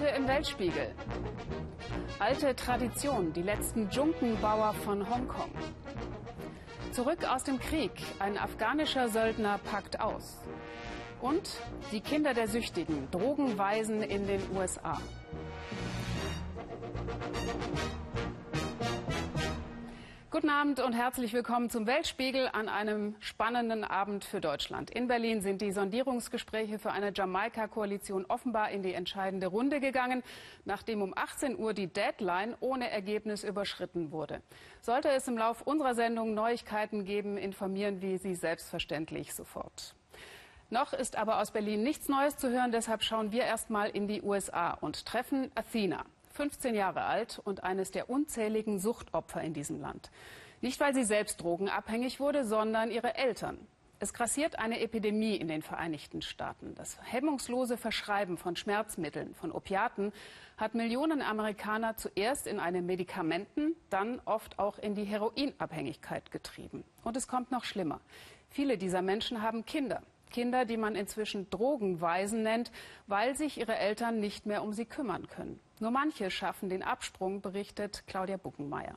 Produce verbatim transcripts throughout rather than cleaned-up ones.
Heute im Weltspiegel. Alte Tradition, die letzten Dschunkenbauer von Hongkong. Zurück aus dem Krieg, ein afghanischer Söldner packt aus. Und die Kinder der Süchtigen, Drogenwaisen in den U S A. Guten Abend und herzlich willkommen zum Weltspiegel an einem spannenden Abend für Deutschland. In Berlin sind die Sondierungsgespräche für eine Jamaika-Koalition offenbar in die entscheidende Runde gegangen, nachdem um achtzehn Uhr die Deadline ohne Ergebnis überschritten wurde. Sollte es im Lauf unserer Sendung Neuigkeiten geben, informieren wir Sie selbstverständlich sofort. Noch ist aber aus Berlin nichts Neues zu hören, deshalb schauen wir erst mal in die U S A und treffen Athena. fünfzehn Jahre alt und eines der unzähligen Suchtopfer in diesem Land. Nicht, weil sie selbst drogenabhängig wurde, sondern ihre Eltern. Es grassiert eine Epidemie in den Vereinigten Staaten. Das hemmungslose Verschreiben von Schmerzmitteln, von Opiaten, hat Millionen Amerikaner zuerst in eine Medikamenten-, dann oft auch in die Heroinabhängigkeit getrieben. Und es kommt noch schlimmer. Viele dieser Menschen haben Kinder. Kinder, die man inzwischen Drogenwaisen nennt, weil sich ihre Eltern nicht mehr um sie kümmern können. Nur manche schaffen den Absprung, berichtet Claudia Buckenmeier.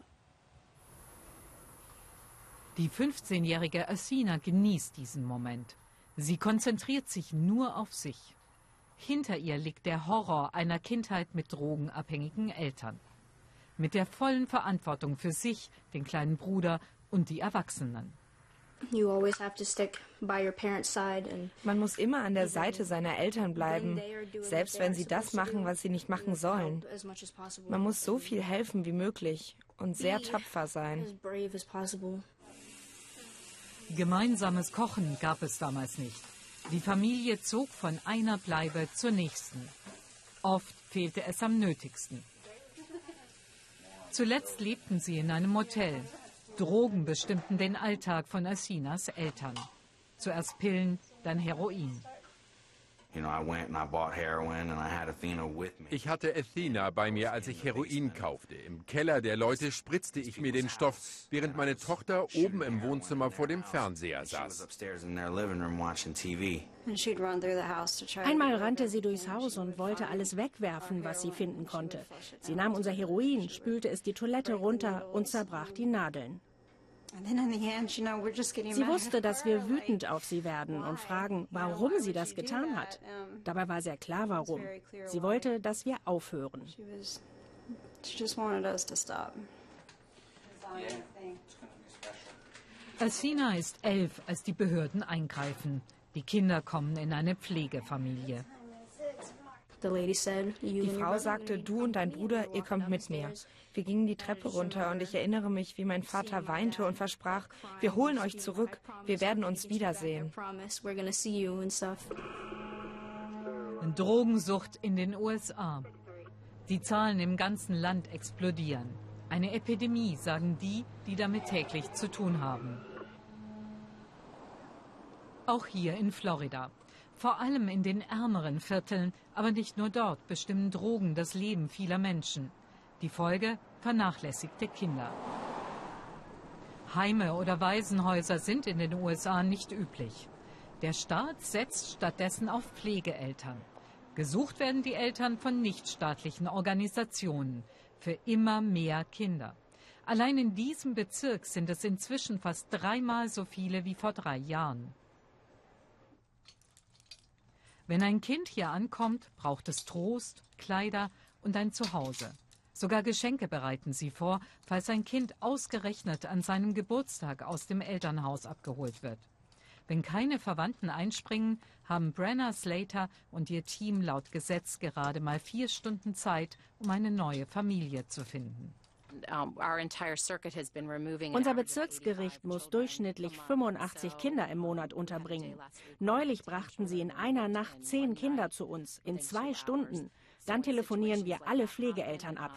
Die fünfzehnjährige Athena genießt diesen Moment. Sie konzentriert sich nur auf sich. Hinter ihr liegt der Horror einer Kindheit mit drogenabhängigen Eltern. Mit der vollen Verantwortung für sich, den kleinen Bruder und die Erwachsenen. Man muss immer an der Seite seiner Eltern bleiben, selbst wenn sie das machen, was sie nicht machen sollen. Man muss so viel helfen wie möglich und sehr tapfer sein. Gemeinsames Kochen gab es damals nicht. Die Familie zog von einer Bleibe zur nächsten. Oft fehlte es am nötigsten. Zuletzt lebten sie in einem Motel. Drogen bestimmten den Alltag von Athenas Eltern. Zuerst Pillen, dann Heroin. Ich hatte Athena bei mir, als ich Heroin kaufte. Im Keller der Leute spritzte ich mir den Stoff, während meine Tochter oben im Wohnzimmer vor dem Fernseher saß. Einmal rannte sie durchs Haus und wollte alles wegwerfen, was sie finden konnte. Sie nahm unser Heroin, spülte es die Toilette runter und zerbrach die Nadeln. Sie wusste, dass wir wütend auf sie werden und fragen, warum sie das getan hat. Dabei war sehr klar, warum. Sie wollte, dass wir aufhören. Athena ist elf, als die Behörden eingreifen. Die Kinder kommen in eine Pflegefamilie. Die Frau sagte, du und dein Bruder, ihr kommt mit mir. Wir gingen die Treppe runter und ich erinnere mich, wie mein Vater weinte und versprach, wir holen euch zurück, wir werden uns wiedersehen. Drogensucht in den U S A. Die Zahlen im ganzen Land explodieren. Eine Epidemie, sagen die, die damit täglich zu tun haben. Auch hier in Florida. Vor allem in den ärmeren Vierteln, aber nicht nur dort, bestimmen Drogen das Leben vieler Menschen. Die Folge: vernachlässigte Kinder. Heime oder Waisenhäuser sind in den U S A nicht üblich. Der Staat setzt stattdessen auf Pflegeeltern. Gesucht werden die Eltern von nichtstaatlichen Organisationen für immer mehr Kinder. Allein in diesem Bezirk sind es inzwischen fast dreimal so viele wie vor drei Jahren. Wenn ein Kind hier ankommt, braucht es Trost, Kleider und ein Zuhause. Sogar Geschenke bereiten sie vor, falls ein Kind ausgerechnet an seinem Geburtstag aus dem Elternhaus abgeholt wird. Wenn keine Verwandten einspringen, haben Brenna Slater und ihr Team laut Gesetz gerade mal vier Stunden Zeit, um eine neue Familie zu finden. Unser Bezirksgericht muss durchschnittlich fünfundachtzig Kinder im Monat unterbringen. Neulich brachten sie in einer Nacht zehn Kinder zu uns, in zwei Stunden. Dann telefonieren wir alle Pflegeeltern ab.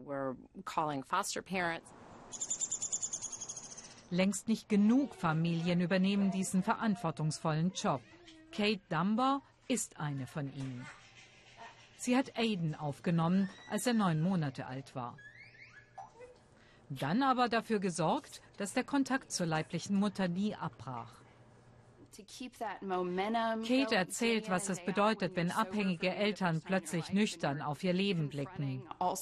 Längst nicht genug Familien übernehmen diesen verantwortungsvollen Job. Kate Dunbar ist eine von ihnen. Sie hat Aiden aufgenommen, als er neun Monate alt war. Dann aber dafür gesorgt, dass der Kontakt zur leiblichen Mutter nie abbrach. Kate erzählt, was es bedeutet, wenn abhängige Eltern plötzlich nüchtern auf ihr Leben blicken.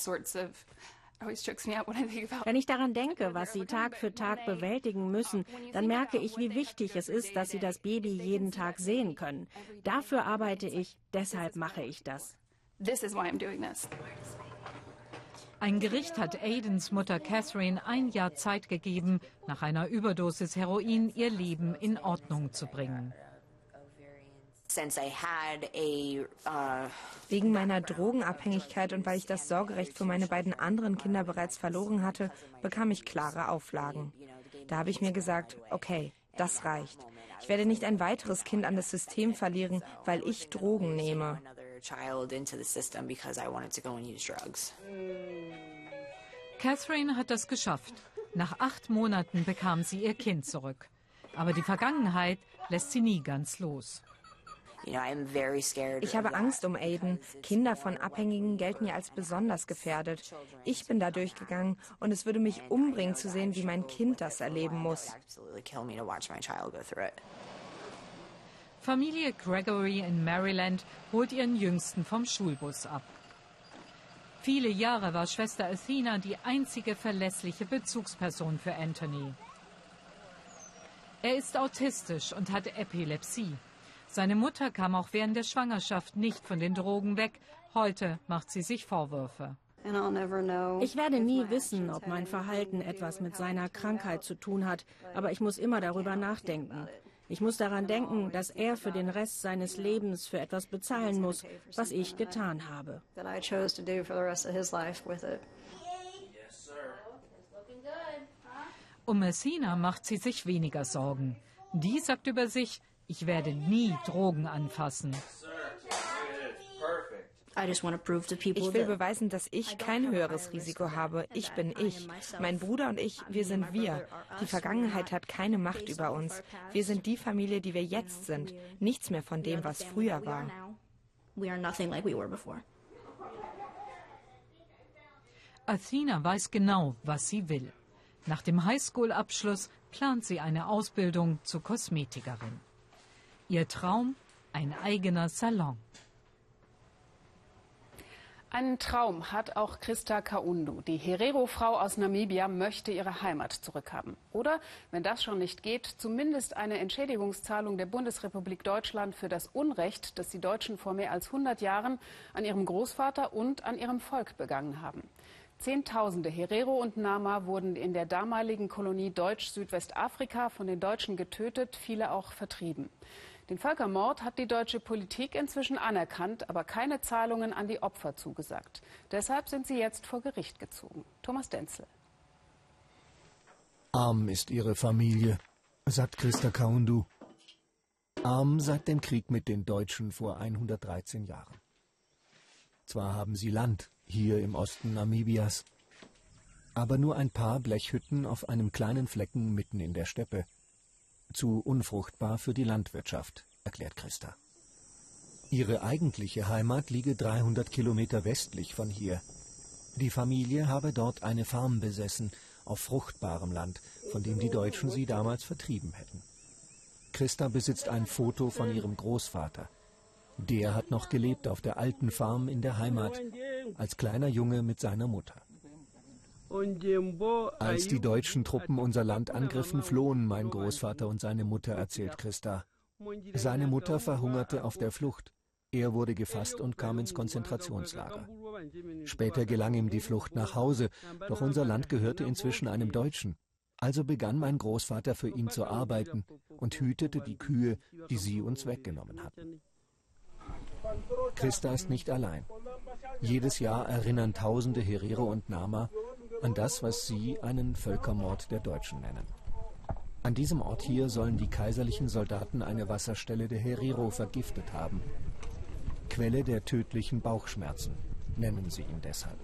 Wenn ich daran denke, was sie Tag für Tag bewältigen müssen, dann merke ich, wie wichtig es ist, dass sie das Baby jeden Tag sehen können. Dafür arbeite ich, deshalb mache ich das. Ein Gericht hat Aidens Mutter Catherine ein Jahr Zeit gegeben, nach einer Überdosis Heroin ihr Leben in Ordnung zu bringen. Wegen meiner Drogenabhängigkeit und weil ich das Sorgerecht für meine beiden anderen Kinder bereits verloren hatte, bekam ich klare Auflagen. Da habe ich mir gesagt, okay, das reicht. Ich werde nicht ein weiteres Kind an das System verlieren, weil ich Drogen nehme. Catherine hat das geschafft. Nach acht Monaten bekam sie ihr Kind zurück. Aber die Vergangenheit lässt sie nie ganz los. Ich habe Angst um Aiden. Kinder von Abhängigen gelten ja als besonders gefährdet. Ich bin da durchgegangen und es würde mich umbringen zu sehen, wie mein Kind das erleben muss. Familie Gregory in Maryland holt ihren Jüngsten vom Schulbus ab. Viele Jahre war Schwester Athena die einzige verlässliche Bezugsperson für Anthony. Er ist autistisch und hat Epilepsie. Seine Mutter kam auch während der Schwangerschaft nicht von den Drogen weg. Heute macht sie sich Vorwürfe. Ich werde nie wissen, ob mein Verhalten etwas mit seiner Krankheit zu tun hat, aber ich muss immer darüber nachdenken. Ich muss daran denken, dass er für den Rest seines Lebens für etwas bezahlen muss, was ich getan habe. Um Messina macht sie sich weniger Sorgen. Die sagt über sich, ich werde nie Drogen anfassen. Ich will beweisen, dass ich kein höheres Risiko habe. Ich bin ich. Mein Bruder und ich, wir sind wir. Die Vergangenheit hat keine Macht über uns. Wir sind die Familie, die wir jetzt sind. Nichts mehr von dem, was früher war. Athena weiß genau, was sie will. Nach dem Highschool-Abschluss plant sie eine Ausbildung zur Kosmetikerin. Ihr Traum, ein eigener Salon. Einen Traum hat auch Christa Kaundu. Die Herero-Frau aus Namibia möchte ihre Heimat zurückhaben. Oder, wenn das schon nicht geht, zumindest eine Entschädigungszahlung der Bundesrepublik Deutschland für das Unrecht, das die Deutschen vor mehr als hundert Jahren an ihrem Großvater und an ihrem Volk begangen haben. Zehntausende Herero und Nama wurden in der damaligen Kolonie Deutsch-Südwestafrika von den Deutschen getötet, viele auch vertrieben. Den Völkermord hat die deutsche Politik inzwischen anerkannt, aber keine Zahlungen an die Opfer zugesagt. Deshalb sind sie jetzt vor Gericht gezogen. Thomas Denzel. Arm ist ihre Familie, sagt Christa Kaundu. Arm seit dem Krieg mit den Deutschen vor hundertdreizehn Jahren. Zwar haben sie Land hier im Osten Namibias, aber nur ein paar Blechhütten auf einem kleinen Flecken mitten in der Steppe. Zu unfruchtbar für die Landwirtschaft, erklärt Christa. Ihre eigentliche Heimat liege dreihundert Kilometer westlich von hier. Die Familie habe dort eine Farm besessen, auf fruchtbarem Land, von dem die Deutschen sie damals vertrieben hätten. Christa besitzt ein Foto von ihrem Großvater. Der hat noch gelebt auf der alten Farm in der Heimat, als kleiner Junge mit seiner Mutter. Als die deutschen Truppen unser Land angriffen, flohen mein Großvater und seine Mutter, erzählt Christa. Seine Mutter verhungerte auf der Flucht. Er wurde gefasst und kam ins Konzentrationslager. Später gelang ihm die Flucht nach Hause, doch unser Land gehörte inzwischen einem Deutschen. Also begann mein Großvater für ihn zu arbeiten und hütete die Kühe, die sie uns weggenommen hatten. Christa ist nicht allein. Jedes Jahr erinnern tausende Herero und Nama an das, was sie einen Völkermord der Deutschen nennen. An diesem Ort hier sollen die kaiserlichen Soldaten eine Wasserstelle der Herero vergiftet haben. Quelle der tödlichen Bauchschmerzen nennen sie ihn deshalb.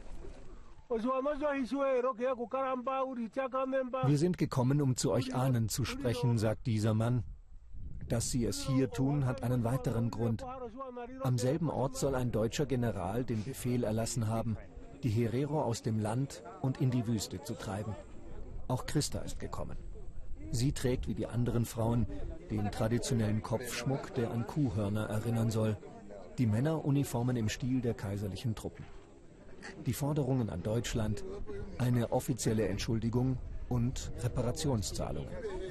Wir sind gekommen, um zu euch Ahnen zu sprechen, sagt dieser Mann. Dass sie es hier tun, hat einen weiteren Grund. Am selben Ort soll ein deutscher General den Befehl erlassen haben, die Herero aus dem Land und in die Wüste zu treiben. Auch Christa ist gekommen. Sie trägt wie die anderen Frauen den traditionellen Kopfschmuck, der an Kuhhörner erinnern soll, die Männeruniformen im Stil der kaiserlichen Truppen. Die Forderungen an Deutschland, eine offizielle Entschuldigung und Reparationszahlungen.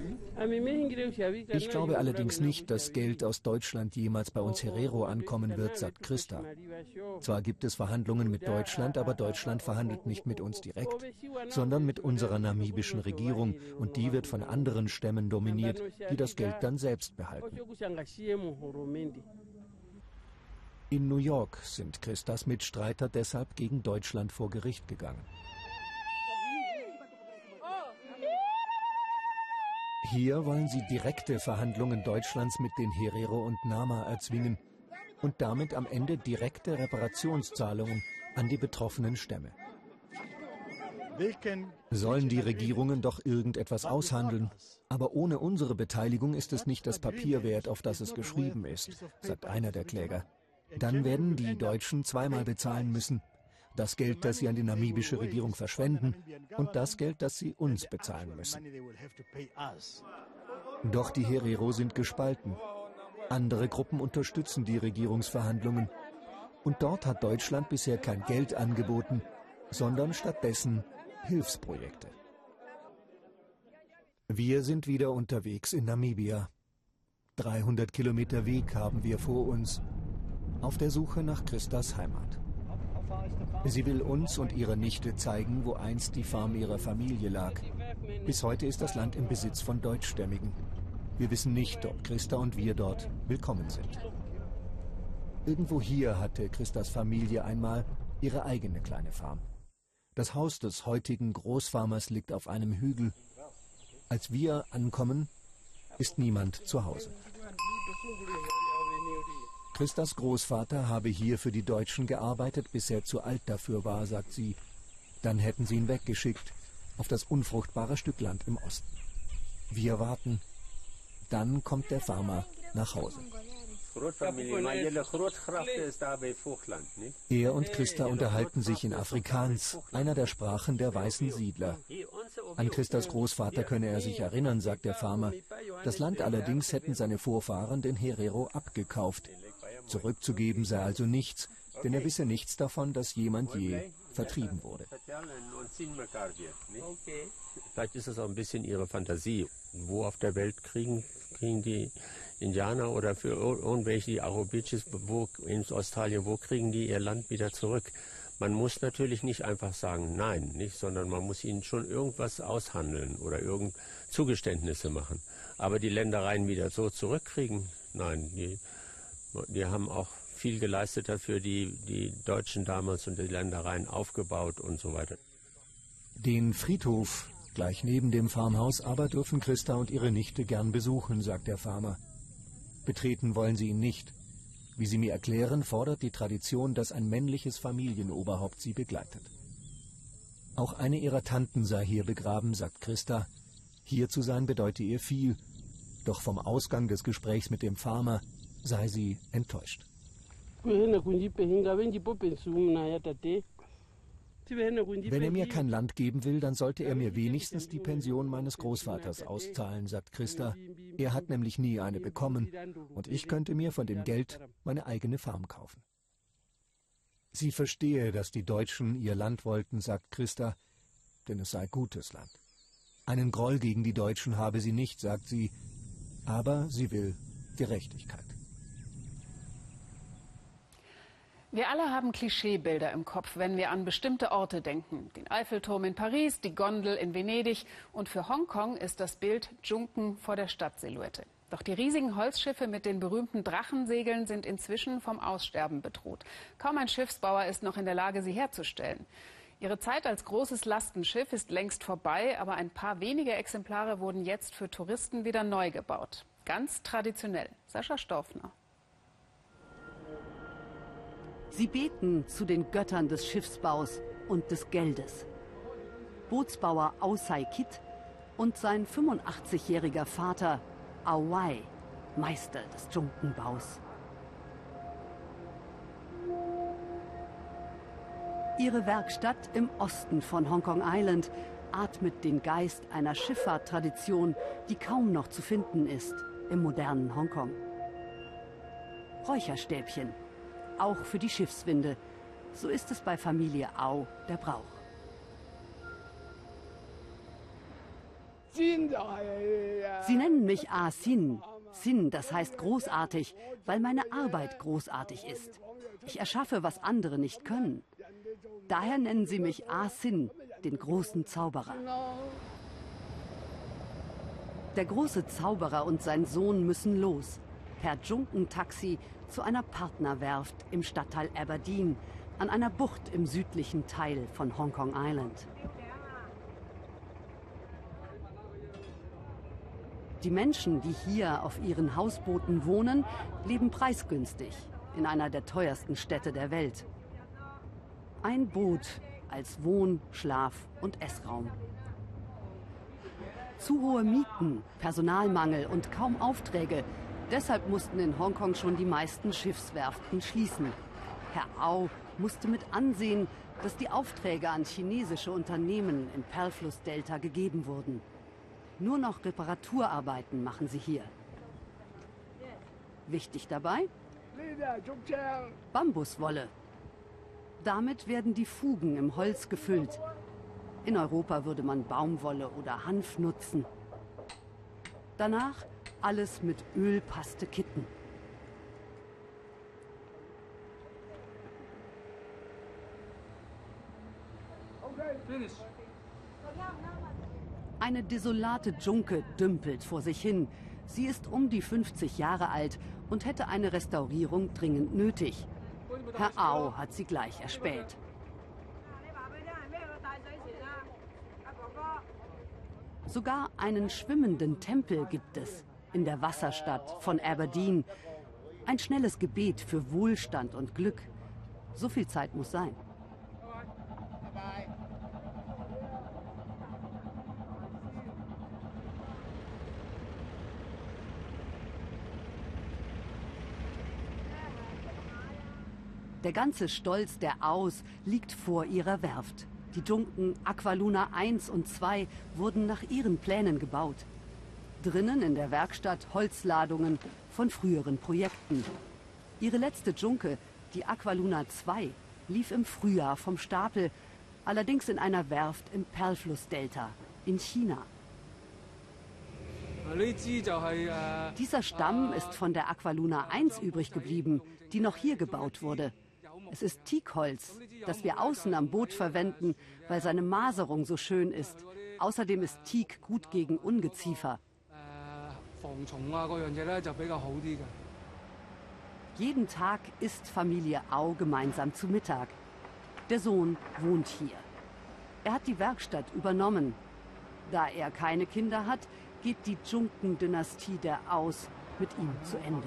Ich glaube allerdings nicht, dass Geld aus Deutschland jemals bei uns Herero ankommen wird, sagt Christa. Zwar gibt es Verhandlungen mit Deutschland, aber Deutschland verhandelt nicht mit uns direkt, sondern mit unserer namibischen Regierung, und die wird von anderen Stämmen dominiert, die das Geld dann selbst behalten. In New York sind Christas Mitstreiter deshalb gegen Deutschland vor Gericht gegangen. Hier wollen sie direkte Verhandlungen Deutschlands mit den Herero und Nama erzwingen und damit am Ende direkte Reparationszahlungen an die betroffenen Stämme. Sollen die Regierungen doch irgendetwas aushandeln, aber ohne unsere Beteiligung ist es nicht das Papier wert, auf das es geschrieben ist, sagt einer der Kläger. Dann werden die Deutschen zweimal bezahlen müssen. Das Geld, das sie an die namibische Regierung verschwenden, und das Geld, das sie uns bezahlen müssen. Doch die Herero sind gespalten. Andere Gruppen unterstützen die Regierungsverhandlungen. Und dort hat Deutschland bisher kein Geld angeboten, sondern stattdessen Hilfsprojekte. Wir sind wieder unterwegs in Namibia. dreihundert Kilometer Weg haben wir vor uns, auf der Suche nach Christas Heimat. Sie will uns und ihrer Nichte zeigen, wo einst die Farm ihrer Familie lag. Bis heute ist das Land im Besitz von Deutschstämmigen. Wir wissen nicht, ob Christa und wir dort willkommen sind. Irgendwo hier hatte Christas Familie einmal ihre eigene kleine Farm. Das Haus des heutigen Großfarmers liegt auf einem Hügel. Als wir ankommen, ist niemand zu Hause. Christas Großvater habe hier für die Deutschen gearbeitet, bis er zu alt dafür war, sagt sie. Dann hätten sie ihn weggeschickt, auf das unfruchtbare Stück Land im Osten. Wir warten. Dann kommt der Farmer nach Hause. Er und Christa unterhalten sich in Afrikaans, einer der Sprachen der weißen Siedler. An Christas Großvater könne er sich erinnern, sagt der Farmer. Das Land allerdings hätten seine Vorfahren den Herero abgekauft. Zurückzugeben sei also nichts, denn er wisse nichts davon, dass jemand je vertrieben wurde. Vielleicht ist es auch ein bisschen ihre Fantasie. Wo auf der Welt kriegen, kriegen die Indianer oder für irgendwelche die Arobiches, wo in Australien, wo kriegen die ihr Land wieder zurück? Man muss natürlich nicht einfach sagen nein, nicht, sondern man muss ihnen schon irgendwas aushandeln oder irgend Zugeständnisse machen. Aber die Ländereien wieder so zurückkriegen, nein, die Die haben auch viel geleistet dafür, die, die Deutschen damals und die Ländereien aufgebaut und so weiter. Den Friedhof gleich neben dem Farmhaus aber dürfen Christa und ihre Nichte gern besuchen, sagt der Farmer. Betreten wollen sie ihn nicht. Wie sie mir erklären, fordert die Tradition, dass ein männliches Familienoberhaupt sie begleitet. Auch eine ihrer Tanten sei hier begraben, sagt Christa. Hier zu sein bedeute ihr viel. Doch vom Ausgang des Gesprächs mit dem Farmer sei sie enttäuscht. Wenn er mir kein Land geben will, dann sollte er mir wenigstens die Pension meines Großvaters auszahlen, sagt Christa. Er hat nämlich nie eine bekommen und ich könnte mir von dem Geld meine eigene Farm kaufen. Sie verstehe, dass die Deutschen ihr Land wollten, sagt Christa, denn es sei gutes Land. Einen Groll gegen die Deutschen habe sie nicht, sagt sie, aber sie will Gerechtigkeit. Wir alle haben Klischeebilder im Kopf, wenn wir an bestimmte Orte denken. Den Eiffelturm in Paris, die Gondel in Venedig. Und für Hongkong ist das Bild Dschunken vor der Stadtsilhouette. Doch die riesigen Holzschiffe mit den berühmten Drachensegeln sind inzwischen vom Aussterben bedroht. Kaum ein Schiffsbauer ist noch in der Lage, sie herzustellen. Ihre Zeit als großes Lastenschiff ist längst vorbei, aber ein paar wenige Exemplare wurden jetzt für Touristen wieder neu gebaut. Ganz traditionell. Sascha Staufner. Sie beten zu den Göttern des Schiffsbaus und des Geldes. Bootsbauer Ausai Kit und sein fünfundachtzigjähriger Vater Awai, Meister des Dschunkenbaus. Ihre Werkstatt im Osten von Hong Kong Island atmet den Geist einer Schifffahrttradition, die kaum noch zu finden ist. im modernen Hongkong. Räucherstäbchen, auch für die Schiffswinde. So ist es bei Familie Au der Brauch. Sie nennen mich Ah Sin. Sin, das heißt großartig, weil meine Arbeit großartig ist. Ich erschaffe, was andere nicht können. Daher nennen sie mich Ah Sin, den großen Zauberer. Der große Zauberer und sein Sohn müssen los. Per Junken-Taxi zu einer Partnerwerft im Stadtteil Aberdeen, an einer Bucht im südlichen Teil von Hong Kong Island. Die Menschen, die hier auf ihren Hausbooten wohnen, leben preisgünstig in einer der teuersten Städte der Welt. Ein Boot als Wohn-, Schlaf- und Essraum. Zu hohe Mieten, Personalmangel und kaum Aufträge. Deshalb mussten in Hongkong schon die meisten Schiffswerften schließen. Herr Au musste mit ansehen, dass die Aufträge an chinesische Unternehmen im Perlflussdelta gegeben wurden. Nur noch Reparaturarbeiten machen sie hier. Wichtig dabei? Bambuswolle. Damit werden die Fugen im Holz gefüllt. In Europa würde man Baumwolle oder Hanf nutzen. Danach alles mit Ölpaste kitten. Eine desolate Junke dümpelt vor sich hin. Sie ist um die fünfzig Jahre alt und hätte eine Restaurierung dringend nötig. Herr Au hat sie gleich erspäht. Sogar einen schwimmenden Tempel gibt es in der Wasserstadt von Aberdeen. Ein schnelles Gebet für Wohlstand und Glück. So viel Zeit muss sein. Der ganze Stolz der Aus liegt vor ihrer Werft. Die Junken Aqualuna eins und zwei wurden nach ihren Plänen gebaut. Drinnen in der Werkstatt Holzladungen von früheren Projekten. Ihre letzte Junke, die Aqualuna zwei, lief im Frühjahr vom Stapel, allerdings in einer Werft im Perlflussdelta in China. Dieser Stamm ist von der Aqualuna eins übrig geblieben, die noch hier gebaut wurde. Es ist Teakholz, das wir außen am Boot verwenden, weil seine Maserung so schön ist. Außerdem ist Teak gut gegen Ungeziefer. Jeden Tag isst Familie Au gemeinsam zu Mittag. Der Sohn wohnt hier. Er hat die Werkstatt übernommen. Da er keine Kinder hat, geht die Junken-Dynastie der Aus mit ihm zu Ende.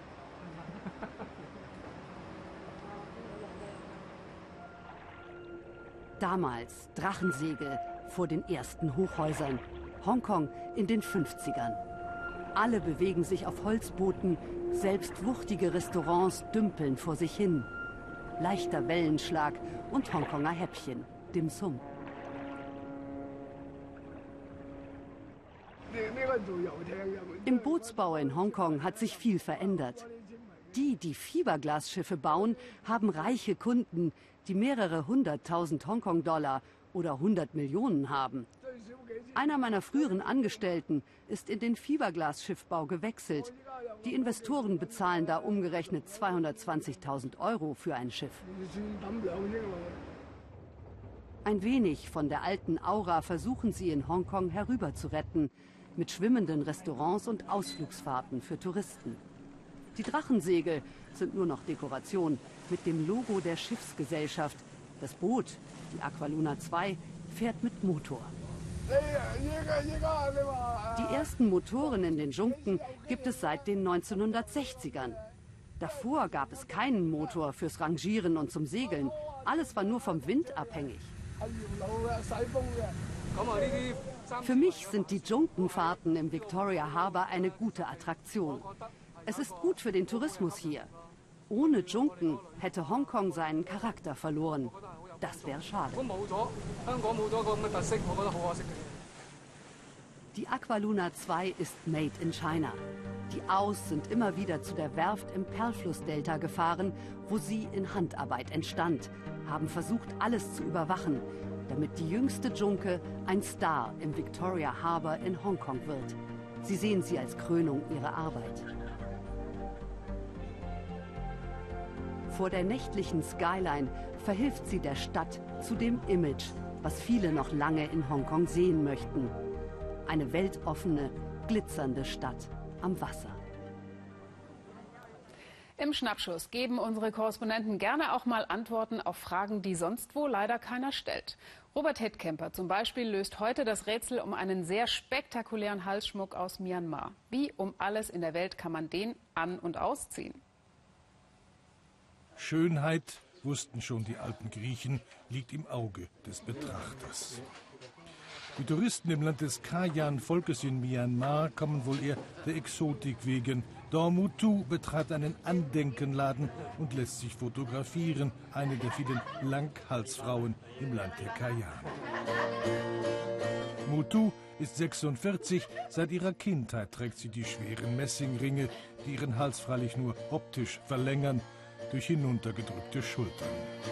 Damals Drachensegel vor den ersten Hochhäusern. Hongkong in den fünfzigern. Alle bewegen sich auf Holzbooten, selbst wuchtige Restaurants dümpeln vor sich hin. Leichter Wellenschlag und Hongkonger Häppchen, Dim Sum. Im Bootsbau in Hongkong hat sich viel verändert. Die, die Fiberglasschiffe bauen, haben reiche Kunden, die mehrere hunderttausend Hongkong-Dollar oder hundert Millionen haben. Einer meiner früheren Angestellten ist in den Fiberglasschiffbau gewechselt. Die Investoren bezahlen da umgerechnet zweihundertzwanzigtausend Euro für ein Schiff. Ein wenig von der alten Aura versuchen sie in Hongkong herüber zu retten, mit schwimmenden Restaurants und Ausflugsfahrten für Touristen. Die Drachensegel sind nur noch Dekoration mit dem Logo der Schiffsgesellschaft. Das Boot, die Aqualuna zwei, fährt mit Motor. Die ersten Motoren in den Junken gibt es seit den neunzehnhundertsechzigern. Davor gab es keinen Motor fürs Rangieren und zum Segeln. Alles war nur vom Wind abhängig. Für mich sind die Junkenfahrten im Victoria Harbour eine gute Attraktion. Es ist gut für den Tourismus hier. Ohne Junken hätte Hongkong seinen Charakter verloren. Das wäre schade. Die Aqualuna zwei ist made in China. Die Aus sind immer wieder zu der Werft im Perlflussdelta gefahren, wo sie in Handarbeit entstand, haben versucht, alles zu überwachen, damit die jüngste Junke ein Star im Victoria Harbour in Hongkong wird. Sie sehen sie als Krönung ihrer Arbeit. Vor der nächtlichen Skyline verhilft sie der Stadt zu dem Image, was viele noch lange in Hongkong sehen möchten. Eine weltoffene, glitzernde Stadt am Wasser. Im Schnappschuss geben unsere Korrespondenten gerne auch mal Antworten auf Fragen, die sonst wo leider keiner stellt. Robert Hettkemper zum Beispiel löst heute das Rätsel um einen sehr spektakulären Halsschmuck aus Myanmar. Wie um alles in der Welt kann man den an- und ausziehen? Schönheit, wussten schon die alten Griechen, liegt im Auge des Betrachters. Die Touristen im Land des Kayan-Volkes in Myanmar kommen wohl eher der Exotik wegen. Daw Mu Tu betrat einen Andenkenladen und lässt sich fotografieren, eine der vielen Langhalsfrauen im Land der Kayan. Mu Tu ist sechsundvierzig, seit ihrer Kindheit trägt sie die schweren Messingringe, die ihren Hals freilich nur optisch verlängern, durch hinuntergedrückte Schultern.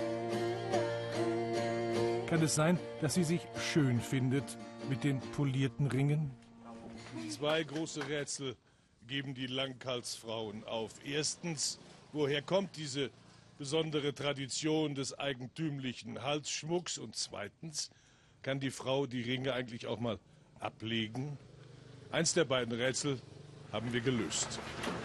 Kann es sein, dass sie sich schön findet mit den polierten Ringen? Zwei große Rätsel geben die Langhalsfrauen auf. Erstens, woher kommt diese besondere Tradition des eigentümlichen Halsschmucks? Und zweitens, kann die Frau die Ringe eigentlich auch mal ablegen? Eins der beiden Rätsel haben wir gelöst.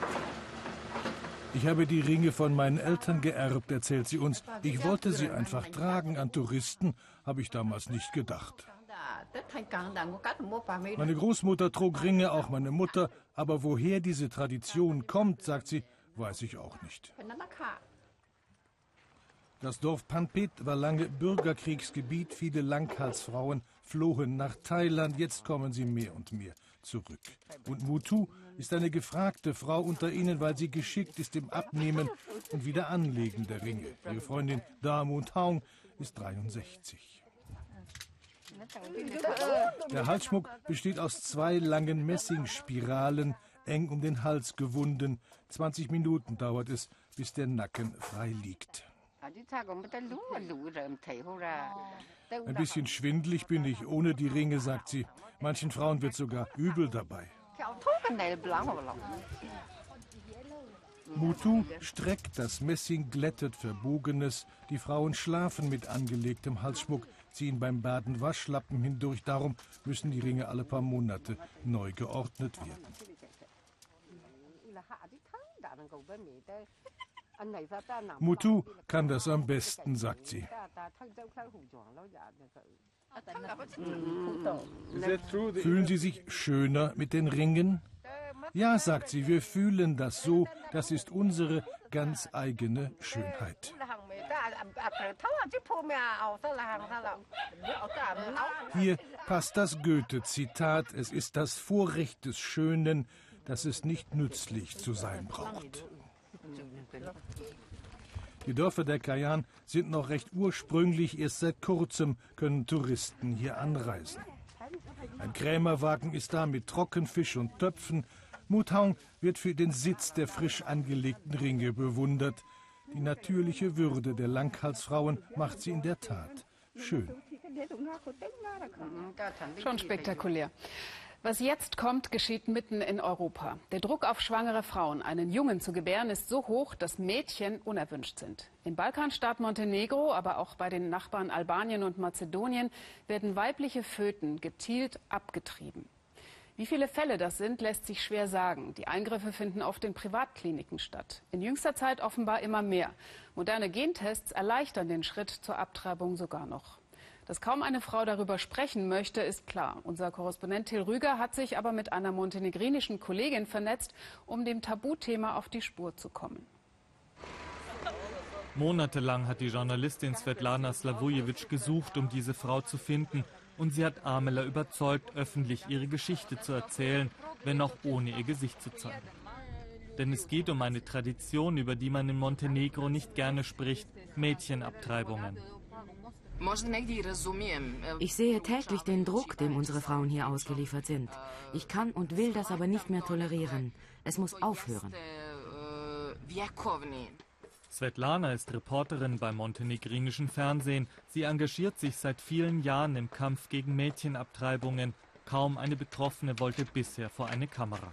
Ich habe die Ringe von meinen Eltern geerbt, erzählt sie uns. Ich wollte sie einfach tragen. An Touristen habe ich damals nicht gedacht. Meine Großmutter trug Ringe, auch meine Mutter. Aber woher diese Tradition kommt, sagt sie, weiß ich auch nicht. Das Dorf Panpet war lange Bürgerkriegsgebiet. Viele Langhalsfrauen flohen nach Thailand. Jetzt kommen sie mehr und mehr zurück. Und Mu Tu ist eine gefragte Frau unter ihnen, weil sie geschickt ist im Abnehmen und Wiederanlegen der Ringe. Ihre Freundin Daw Mu Taung ist dreiundsechzig. Der Halsschmuck besteht aus zwei langen Messingspiralen, eng um den Hals gewunden. zwanzig Minuten dauert es, bis der Nacken frei liegt. Ein bisschen schwindelig bin ich ohne die Ringe, sagt sie. Manchen Frauen wird sogar übel dabei. Mu Tu streckt das Messing, glättet Verbogenes. Die Frauen schlafen mit angelegtem Halsschmuck, ziehen beim Baden Waschlappen hindurch. Darum müssen die Ringe alle paar Monate neu geordnet werden. Mu Tu kann das am besten, sagt sie. Fühlen Sie sich schöner mit den Ringen? Ja, sagt sie, wir fühlen das so. Das ist unsere ganz eigene Schönheit. Hier passt das Goethe-Zitat. Es ist das Vorrecht des Schönen, dass es nicht nützlich zu sein braucht. Die Dörfer der Kayan sind noch recht ursprünglich. Erst seit kurzem können Touristen hier anreisen. Ein Krämerwagen ist da mit Trockenfisch und Töpfen. Mu Taung wird für den Sitz der frisch angelegten Ringe bewundert. Die natürliche Würde der Langhalsfrauen macht sie in der Tat schön. Schon spektakulär. Was jetzt kommt, geschieht mitten in Europa. Der Druck auf schwangere Frauen, einen Jungen zu gebären, ist so hoch, dass Mädchen unerwünscht sind. Im Balkanstaat Montenegro, aber auch bei den Nachbarn Albanien und Mazedonien werden weibliche Föten gezielt abgetrieben. Wie viele Fälle das sind, lässt sich schwer sagen. Die Eingriffe finden oft in Privatkliniken statt. In jüngster Zeit offenbar immer mehr. Moderne Gentests erleichtern den Schritt zur Abtreibung sogar noch. Dass kaum eine Frau darüber sprechen möchte, ist klar. Unser Korrespondent Till Rüger hat sich aber mit einer montenegrinischen Kollegin vernetzt, um dem Tabuthema auf die Spur zu kommen. Monatelang hat die Journalistin Svetlana Slavojewitsch gesucht, um diese Frau zu finden. Und sie hat Amela überzeugt, öffentlich ihre Geschichte zu erzählen, wenn auch ohne ihr Gesicht zu zeigen. Denn es geht um eine Tradition, über die man in Montenegro nicht gerne spricht: Mädchenabtreibungen. Ich sehe täglich den Druck, dem unsere Frauen hier ausgeliefert sind. Ich kann und will das aber nicht mehr tolerieren. Es muss aufhören. Svetlana ist Reporterin beim montenegrinischen Fernsehen. Sie engagiert sich seit vielen Jahren im Kampf gegen Mädchenabtreibungen. Kaum eine Betroffene wollte bisher vor eine Kamera.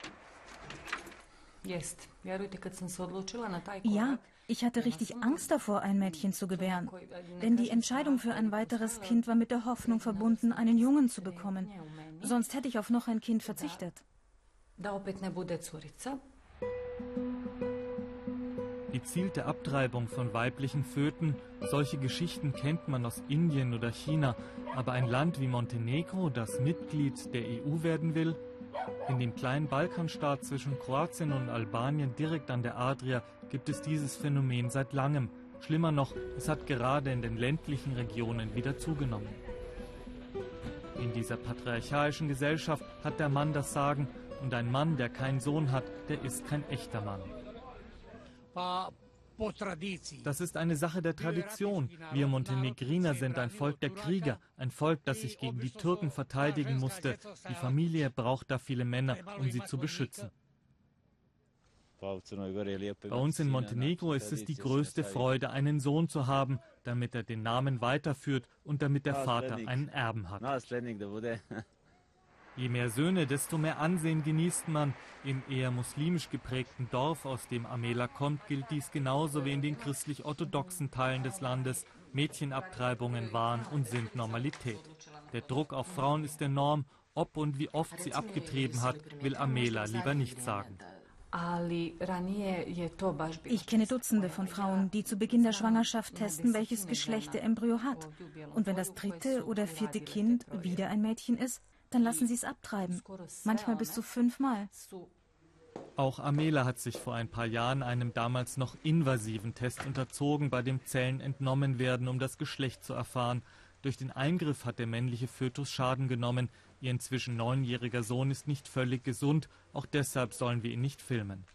Ja, ich hatte richtig Angst davor, ein Mädchen zu gebären. Denn die Entscheidung für ein weiteres Kind war mit der Hoffnung verbunden, einen Jungen zu bekommen. Sonst hätte ich auf noch ein Kind verzichtet. Gezielte Abtreibung von weiblichen Föten, solche Geschichten kennt man aus Indien oder China. Aber ein Land wie Montenegro, das Mitglied der E U werden will? In dem kleinen Balkanstaat zwischen Kroatien und Albanien direkt an der Adria gibt es dieses Phänomen seit langem. Schlimmer noch, es hat gerade in den ländlichen Regionen wieder zugenommen. In dieser patriarchalischen Gesellschaft hat der Mann das Sagen und ein Mann, der keinen Sohn hat, der ist kein echter Mann. Das ist eine Sache der Tradition. Wir Montenegriner sind ein Volk der Krieger, ein Volk, das sich gegen die Türken verteidigen musste. Die Familie braucht da viele Männer, um sie zu beschützen. Bei uns in Montenegro ist es die größte Freude, einen Sohn zu haben, damit er den Namen weiterführt und damit der Vater einen Erben hat. Je mehr Söhne, desto mehr Ansehen genießt man. Im eher muslimisch geprägten Dorf, aus dem Amela kommt, gilt dies genauso wie in den christlich-orthodoxen Teilen des Landes. Mädchenabtreibungen waren und sind Normalität. Der Druck auf Frauen ist enorm. Ob und wie oft sie abgetrieben hat, will Amela lieber nicht sagen. Ich kenne Dutzende von Frauen, die zu Beginn der Schwangerschaft testen, welches Geschlecht der Embryo hat. Und wenn das dritte oder vierte Kind wieder ein Mädchen ist, dann lassen sie es abtreiben. Manchmal bis zu fünfmal. Auch Amela hat sich vor ein paar Jahren einem damals noch invasiven Test unterzogen, bei dem Zellen entnommen werden, um das Geschlecht zu erfahren. Durch den Eingriff hat der männliche Fötus Schaden genommen. Ihr inzwischen neunjähriger Sohn ist nicht völlig gesund. Auch deshalb sollen wir ihn nicht filmen.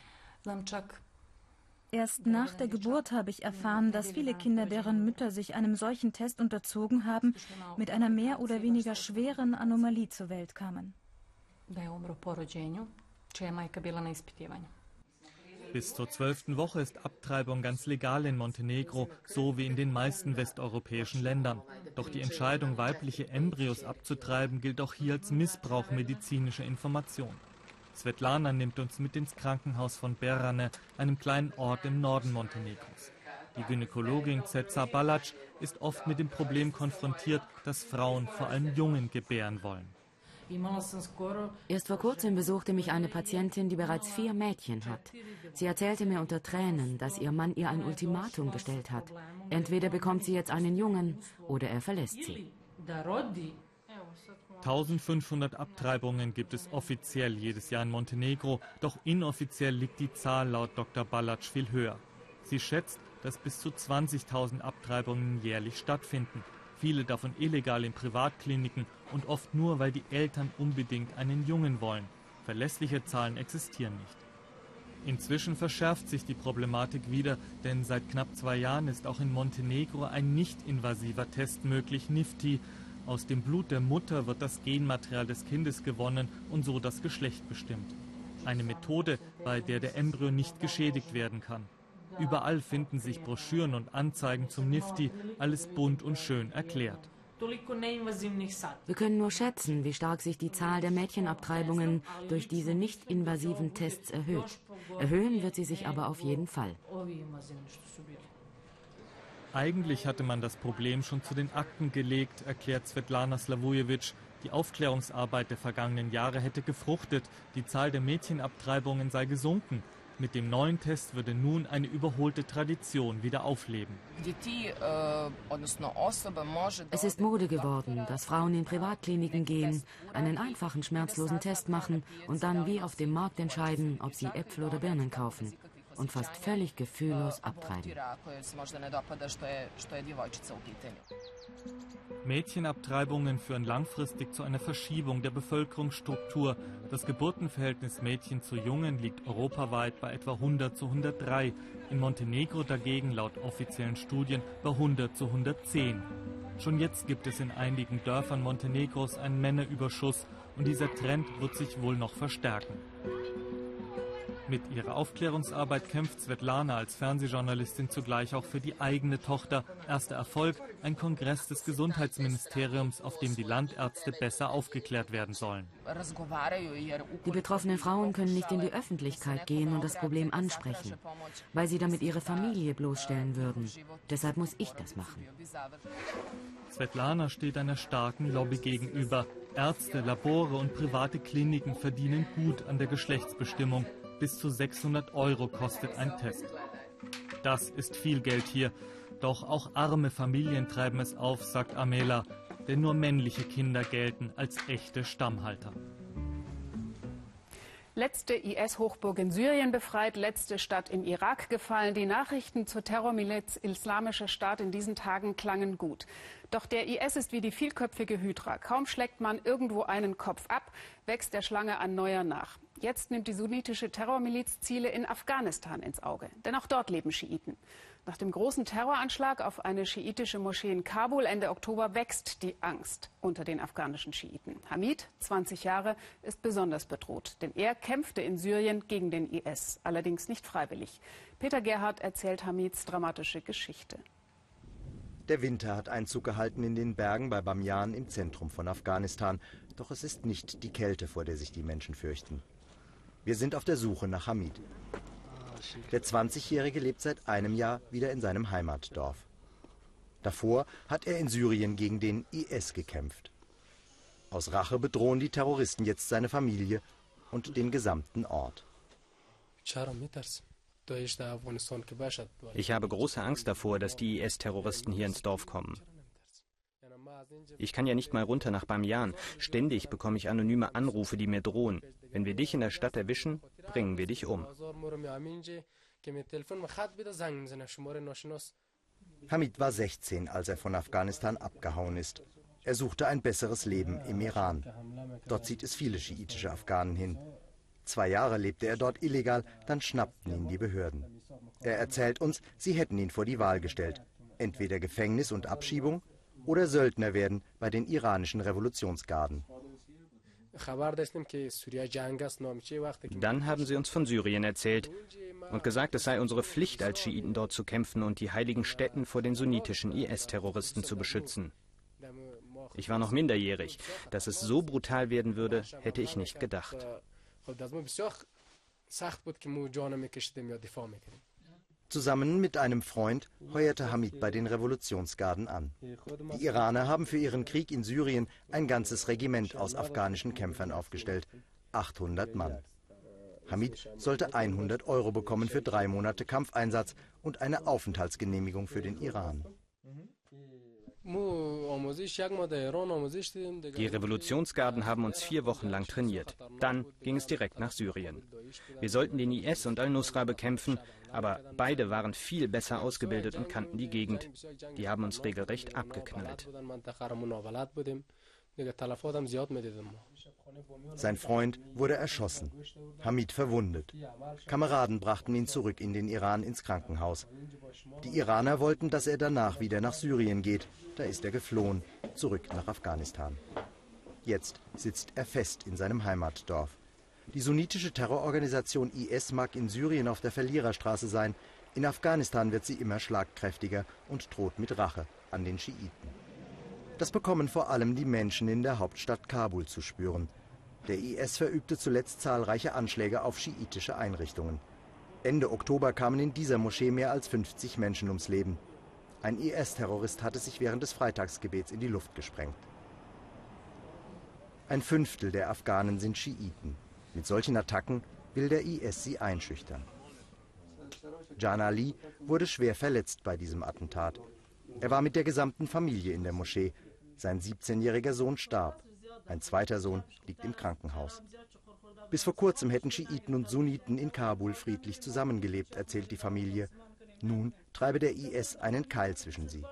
Erst nach der Geburt habe ich erfahren, dass viele Kinder, deren Mütter sich einem solchen Test unterzogen haben, mit einer mehr oder weniger schweren Anomalie zur Welt kamen. Bis zur zwölften Woche ist Abtreibung ganz legal in Montenegro, so wie in den meisten westeuropäischen Ländern. Doch die Entscheidung, weibliche Embryos abzutreiben, gilt auch hier als Missbrauch medizinischer Information. Svetlana nimmt uns mit ins Krankenhaus von Berane, einem kleinen Ort im Norden Montenegros. Die Gynäkologin Ceca Balac ist oft mit dem Problem konfrontiert, dass Frauen, vor allem Jungen, gebären wollen. Erst vor kurzem besuchte mich eine Patientin, die bereits vier Mädchen hat. Sie erzählte mir unter Tränen, dass ihr Mann ihr ein Ultimatum gestellt hat. Entweder bekommt sie jetzt einen Jungen oder er verlässt sie. eintausendfünfhundert Abtreibungen gibt es offiziell jedes Jahr in Montenegro, doch inoffiziell liegt die Zahl laut Doktor Balac viel höher. Sie schätzt, dass bis zu zwanzigtausend Abtreibungen jährlich stattfinden, viele davon illegal in Privatkliniken und oft nur, weil die Eltern unbedingt einen Jungen wollen. Verlässliche Zahlen existieren nicht. Inzwischen verschärft sich die Problematik wieder, denn seit knapp zwei Jahren ist auch in Montenegro ein nicht-invasiver Test möglich, Nifty. Aus dem Blut der Mutter wird das Genmaterial des Kindes gewonnen und so das Geschlecht bestimmt. Eine Methode, bei der der Embryo nicht geschädigt werden kann. Überall finden sich Broschüren und Anzeigen zum Nifty, alles bunt und schön erklärt. Wir können nur schätzen, wie stark sich die Zahl der Mädchenabtreibungen durch diese nicht-invasiven Tests erhöht. Erhöhen wird sie sich aber auf jeden Fall. Eigentlich hatte man das Problem schon zu den Akten gelegt, erklärt Svetlana Slavojevic. Die Aufklärungsarbeit der vergangenen Jahre hätte gefruchtet, die Zahl der Mädchenabtreibungen sei gesunken. Mit dem neuen Test würde nun eine überholte Tradition wieder aufleben. Es ist Mode geworden, dass Frauen in Privatkliniken gehen, einen einfachen, schmerzlosen Test machen und dann wie auf dem Markt entscheiden, ob sie Äpfel oder Birnen kaufen. Und fast völlig gefühllos abtreiben. Mädchenabtreibungen führen langfristig zu einer Verschiebung der Bevölkerungsstruktur. Das Geburtenverhältnis Mädchen zu Jungen liegt europaweit bei etwa hundert zu hundertdrei. In Montenegro dagegen laut offiziellen Studien bei hundert zu hundertzehn. Schon jetzt gibt es in einigen Dörfern Montenegros einen Männerüberschuss und dieser Trend wird sich wohl noch verstärken. Mit ihrer Aufklärungsarbeit kämpft Svetlana als Fernsehjournalistin zugleich auch für die eigene Tochter. Erster Erfolg, ein Kongress des Gesundheitsministeriums, auf dem die Landärzte besser aufgeklärt werden sollen. Die betroffenen Frauen können nicht in die Öffentlichkeit gehen und das Problem ansprechen, weil sie damit ihre Familie bloßstellen würden. Deshalb muss ich das machen. Svetlana steht einer starken Lobby gegenüber. Ärzte, Labore und private Kliniken verdienen gut an der Geschlechtsbestimmung. Bis zu sechshundert Euro kostet ein Test. Das ist viel Geld hier. Doch auch arme Familien treiben es auf, sagt Amela. Denn nur männliche Kinder gelten als echte Stammhalter. Letzte I S-Hochburg in Syrien befreit, letzte Stadt im Irak gefallen. Die Nachrichten zur Terrormiliz Islamischer Staat in diesen Tagen klangen gut. Doch der I S ist wie die vielköpfige Hydra. Kaum schlägt man irgendwo einen Kopf ab, wächst der Schlange ein neuer nach. Jetzt nimmt die sunnitische Terrormiliz Ziele in Afghanistan ins Auge. Denn auch dort leben Schiiten. Nach dem großen Terroranschlag auf eine schiitische Moschee in Kabul Ende Oktober wächst die Angst unter den afghanischen Schiiten. Hamid, zwanzig Jahre, ist besonders bedroht, denn er kämpfte in Syrien gegen den I S, allerdings nicht freiwillig. Peter Gerhardt erzählt Hamids dramatische Geschichte. Der Winter hat Einzug gehalten in den Bergen bei Bamyan im Zentrum von Afghanistan. Doch es ist nicht die Kälte, vor der sich die Menschen fürchten. Wir sind auf der Suche nach Hamid. Der zwanzigjährige lebt seit einem Jahr wieder in seinem Heimatdorf. Davor hat er in Syrien gegen den I S gekämpft. Aus Rache bedrohen die Terroristen jetzt seine Familie und den gesamten Ort. Ich habe große Angst davor, dass die I S-Terroristen hier ins Dorf kommen. Ich kann ja nicht mal runter nach Bamyan. Ständig bekomme ich anonyme Anrufe, die mir drohen. Wenn wir dich in der Stadt erwischen, bringen wir dich um. Hamid war sechzehn, als er von Afghanistan abgehauen ist. Er suchte ein besseres Leben im Iran. Dort zieht es viele schiitische Afghanen hin. Zwei Jahre lebte er dort illegal, dann schnappten ihn die Behörden. Er erzählt uns, sie hätten ihn vor die Wahl gestellt. Entweder Gefängnis und Abschiebung oder Söldner werden bei den iranischen Revolutionsgarden. Dann haben sie uns von Syrien erzählt und gesagt, es sei unsere Pflicht, als Schiiten dort zu kämpfen und die heiligen Stätten vor den sunnitischen I S-Terroristen zu beschützen. Ich war noch minderjährig. Dass es so brutal werden würde, hätte ich nicht gedacht. Zusammen mit einem Freund heuerte Hamid bei den Revolutionsgarden an. Die Iraner haben für ihren Krieg in Syrien ein ganzes Regiment aus afghanischen Kämpfern aufgestellt. achthundert Mann. Hamid sollte hundert Euro bekommen für drei Monate Kampfeinsatz und eine Aufenthaltsgenehmigung für den Iran. Die Revolutionsgarden haben uns vier Wochen lang trainiert. Dann ging es direkt nach Syrien. Wir sollten den I S und Al-Nusra bekämpfen, aber beide waren viel besser ausgebildet und kannten die Gegend. Die haben uns regelrecht abgeknallt. Sein Freund wurde erschossen, Hamid verwundet. Kameraden brachten ihn zurück in den Iran ins Krankenhaus. Die Iraner wollten, dass er danach wieder nach Syrien geht. Da ist er geflohen, zurück nach Afghanistan. Jetzt sitzt er fest in seinem Heimatdorf. Die sunnitische Terrororganisation I S mag in Syrien auf der Verliererstraße sein. In Afghanistan wird sie immer schlagkräftiger und droht mit Rache an den Schiiten. Das bekommen vor allem die Menschen in der Hauptstadt Kabul zu spüren. Der I S verübte zuletzt zahlreiche Anschläge auf schiitische Einrichtungen. Ende Oktober kamen in dieser Moschee mehr als fünfzig Menschen ums Leben. Ein I S-Terrorist hatte sich während des Freitagsgebets in die Luft gesprengt. Ein Fünftel der Afghanen sind Schiiten. Mit solchen Attacken will der I S sie einschüchtern. Can Ali wurde schwer verletzt bei diesem Attentat. Er war mit der gesamten Familie in der Moschee. Sein siebzehnjähriger Sohn starb. Ein zweiter Sohn liegt im Krankenhaus. Bis vor kurzem hätten Schiiten und Sunniten in Kabul friedlich zusammengelebt, erzählt die Familie. Nun treibe der I S einen Keil zwischen sie.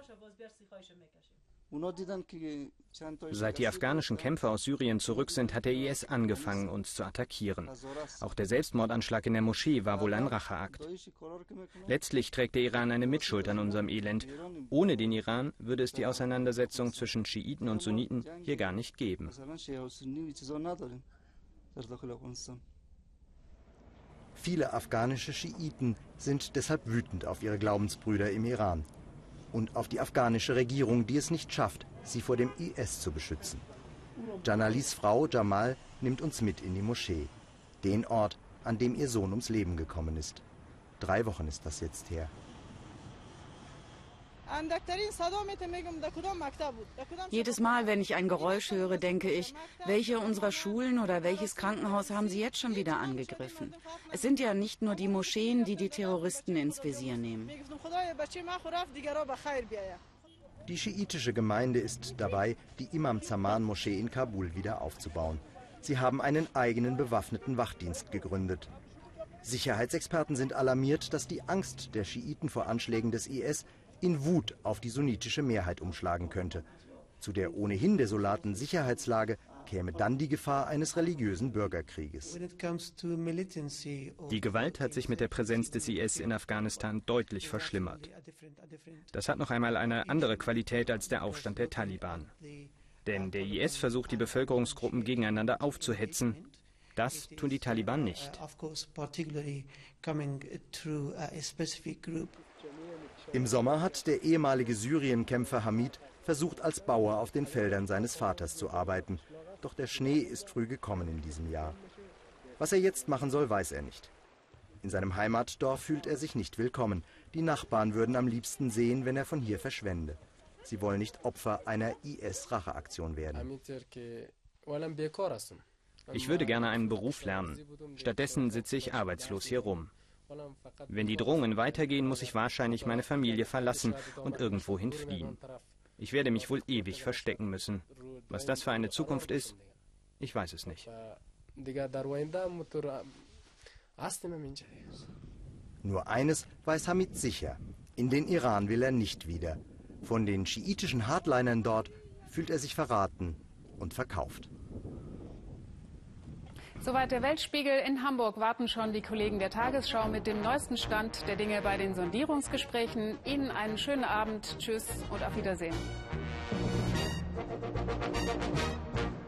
Seit die afghanischen Kämpfer aus Syrien zurück sind, hat der I S angefangen, uns zu attackieren. Auch der Selbstmordanschlag in der Moschee war wohl ein Racheakt. Letztlich trägt der Iran eine Mitschuld an unserem Elend. Ohne den Iran würde es die Auseinandersetzung zwischen Schiiten und Sunniten hier gar nicht geben. Viele afghanische Schiiten sind deshalb wütend auf ihre Glaubensbrüder im Iran und auf die afghanische Regierung, die es nicht schafft, sie vor dem I S zu beschützen. Janalis Frau Jamal nimmt uns mit in die Moschee, den Ort, an dem ihr Sohn ums Leben gekommen ist. Drei Wochen ist das jetzt her. Jedes Mal, wenn ich ein Geräusch höre, denke ich, welche unserer Schulen oder welches Krankenhaus haben sie jetzt schon wieder angegriffen? Es sind ja nicht nur die Moscheen, die die Terroristen ins Visier nehmen. Die schiitische Gemeinde ist dabei, die Imam Zaman-Moschee in Kabul wieder aufzubauen. Sie haben einen eigenen bewaffneten Wachdienst gegründet. Sicherheitsexperten sind alarmiert, dass die Angst der Schiiten vor Anschlägen des I S in Wut auf die sunnitische Mehrheit umschlagen könnte. Zu der ohnehin desolaten Sicherheitslage käme dann die Gefahr eines religiösen Bürgerkrieges. Die Gewalt hat sich mit der Präsenz des I S in Afghanistan deutlich verschlimmert. Das hat noch einmal eine andere Qualität als der Aufstand der Taliban. Denn der I S versucht, die Bevölkerungsgruppen gegeneinander aufzuhetzen. Das tun die Taliban nicht. Im Sommer hat der ehemalige Syrienkämpfer Hamid versucht, als Bauer auf den Feldern seines Vaters zu arbeiten. Doch der Schnee ist früh gekommen in diesem Jahr. Was er jetzt machen soll, weiß er nicht. In seinem Heimatdorf fühlt er sich nicht willkommen. Die Nachbarn würden am liebsten sehen, wenn er von hier verschwände. Sie wollen nicht Opfer einer I S-Racheaktion werden. Ich würde gerne einen Beruf lernen. Stattdessen sitze ich arbeitslos hier rum. Wenn die Drohungen weitergehen, muss ich wahrscheinlich meine Familie verlassen und irgendwohin fliehen. Ich werde mich wohl ewig verstecken müssen. Was das für eine Zukunft ist, ich weiß es nicht. Nur eines weiß Hamid sicher: In den Iran will er nicht wieder. Von den schiitischen Hardlinern dort fühlt er sich verraten und verkauft. Soweit der Weltspiegel. In Hamburg warten schon die Kollegen der Tagesschau mit dem neuesten Stand der Dinge bei den Sondierungsgesprächen. Ihnen einen schönen Abend. Tschüss und auf Wiedersehen.